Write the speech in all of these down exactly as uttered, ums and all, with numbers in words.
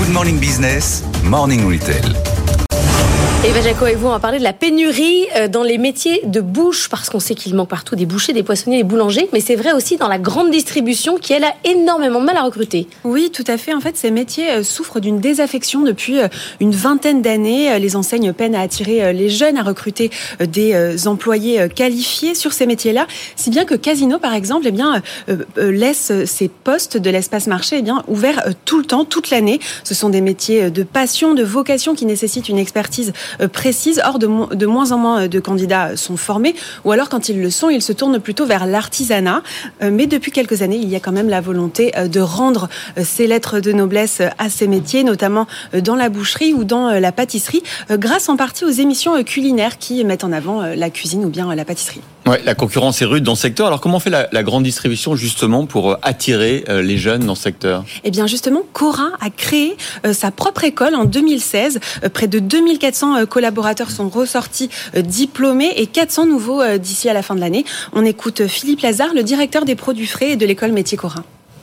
Good Morning Business, Morning Retail. Eva Jaco et vous, on va parler de la pénurie dans les métiers de bouche, parce qu'on sait qu'il manque partout des bouchers, des poissonniers, des boulangers, mais c'est vrai aussi dans la grande distribution qui, elle, a énormément de mal à recruter. Oui, tout à fait. En fait, ces métiers souffrent d'une désaffection depuis une vingtaine d'années. Les enseignes peinent à attirer les jeunes, à recruter des employés qualifiés sur ces métiers-là, si bien que Casino, par exemple, eh bien, laisse ses postes de l'espace marché eh bien, ouverts tout le temps, toute l'année. Ce sont des métiers de passion, de vocation qui nécessitent une expertise précise. Or, de, mo- de moins en moins de candidats sont formés, ou alors quand ils le sont, ils se tournent plutôt vers l'artisanat. Euh, mais depuis quelques années, il y a quand même la volonté euh, de rendre euh, ces lettres de noblesse à ces métiers, notamment euh, dans la boucherie ou dans euh, la pâtisserie, euh, grâce en partie aux émissions euh, culinaires qui mettent en avant euh, la cuisine ou bien euh, la pâtisserie. Ouais, la concurrence est rude dans ce secteur. Alors comment fait la, la grande distribution justement pour attirer euh, les jeunes dans ce secteur ? Eh bien justement, Cora a créé euh, sa propre école en deux mille seize. Euh, près de deux mille quatre cents euh, collaborateurs sont ressortis euh, diplômés et quatre cents nouveaux euh, d'ici à la fin de l'année. On écoute Philippe Lazare, le directeur des produits frais de l'école métier Cora.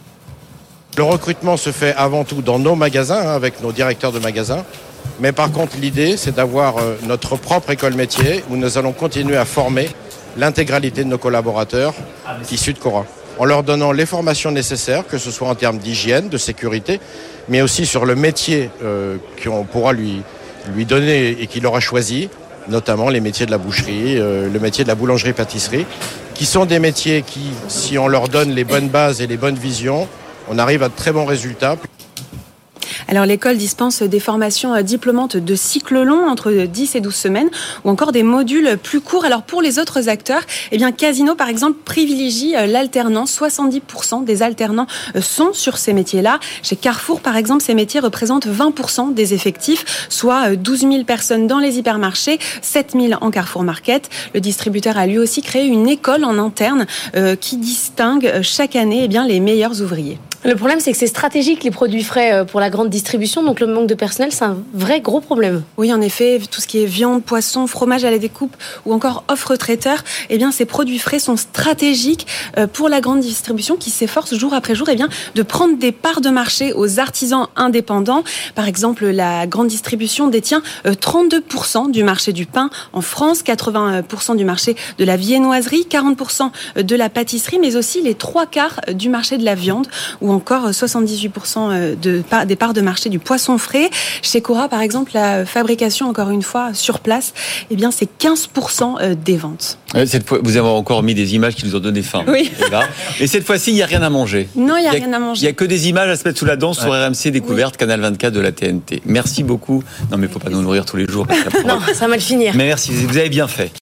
Le recrutement se fait avant tout dans nos magasins, hein, avec nos directeurs de magasins. Mais par contre, l'idée, c'est d'avoir euh, notre propre école métier où nous allons continuer à former l'intégralité de nos collaborateurs issus de Cora, en leur donnant les formations nécessaires, que ce soit en termes d'hygiène, de sécurité, mais aussi sur le métier euh, qu'on pourra lui, lui donner et qu'il aura choisi, notamment les métiers de la boucherie, euh, le métier de la boulangerie-pâtisserie, qui sont des métiers qui, si on leur donne les bonnes bases et les bonnes visions, on arrive à de très bons résultats. Alors l'école dispense des formations diplômantes de cycle long entre dix et douze semaines ou encore des modules plus courts. Alors pour les autres acteurs, eh bien Casino par exemple privilégie l'alternance. soixante-dix pour cent des alternants sont sur ces métiers-là. Chez Carrefour par exemple, ces métiers représentent vingt pour cent des effectifs, soit douze mille personnes dans les hypermarchés, sept mille en Carrefour Market. Le distributeur a lui aussi créé une école en interne euh, qui distingue chaque année eh bien, les meilleurs ouvriers. Le problème, c'est que c'est stratégique, les produits frais pour la grande distribution, donc le manque de personnel, c'est un vrai gros problème. Oui, en effet, tout ce qui est viande, poisson, fromage à la découpe ou encore offre traiteur, eh bien, ces produits frais sont stratégiques pour la grande distribution qui s'efforce jour après jour eh bien, de prendre des parts de marché aux artisans indépendants. Par exemple, la grande distribution détient trente-deux pour cent du marché du pain en France, quatre-vingts pour cent du marché de la viennoiserie, quarante pour cent de la pâtisserie, mais aussi les trois quarts du marché de la viande ou encore soixante-dix-huit pour cent de, des parts de marché du poisson frais. Chez Cora, par exemple, la fabrication, encore une fois, sur place, eh bien, c'est quinze pour cent des ventes. Cette fois, vous avez encore mis des images qui nous ont donné faim. Oui. Mais cette fois-ci, il n'y a rien à manger. Non, il n'y a, a rien à manger. Il n'y a que des images à se mettre sous la dent sur ouais. R M C Découverte, oui. Canal vingt-quatre de la T N T. Merci beaucoup. Non, mais il ne faut pas nous nourrir tous les jours. Non, ça va mal finir. Mais merci, vous avez bien fait.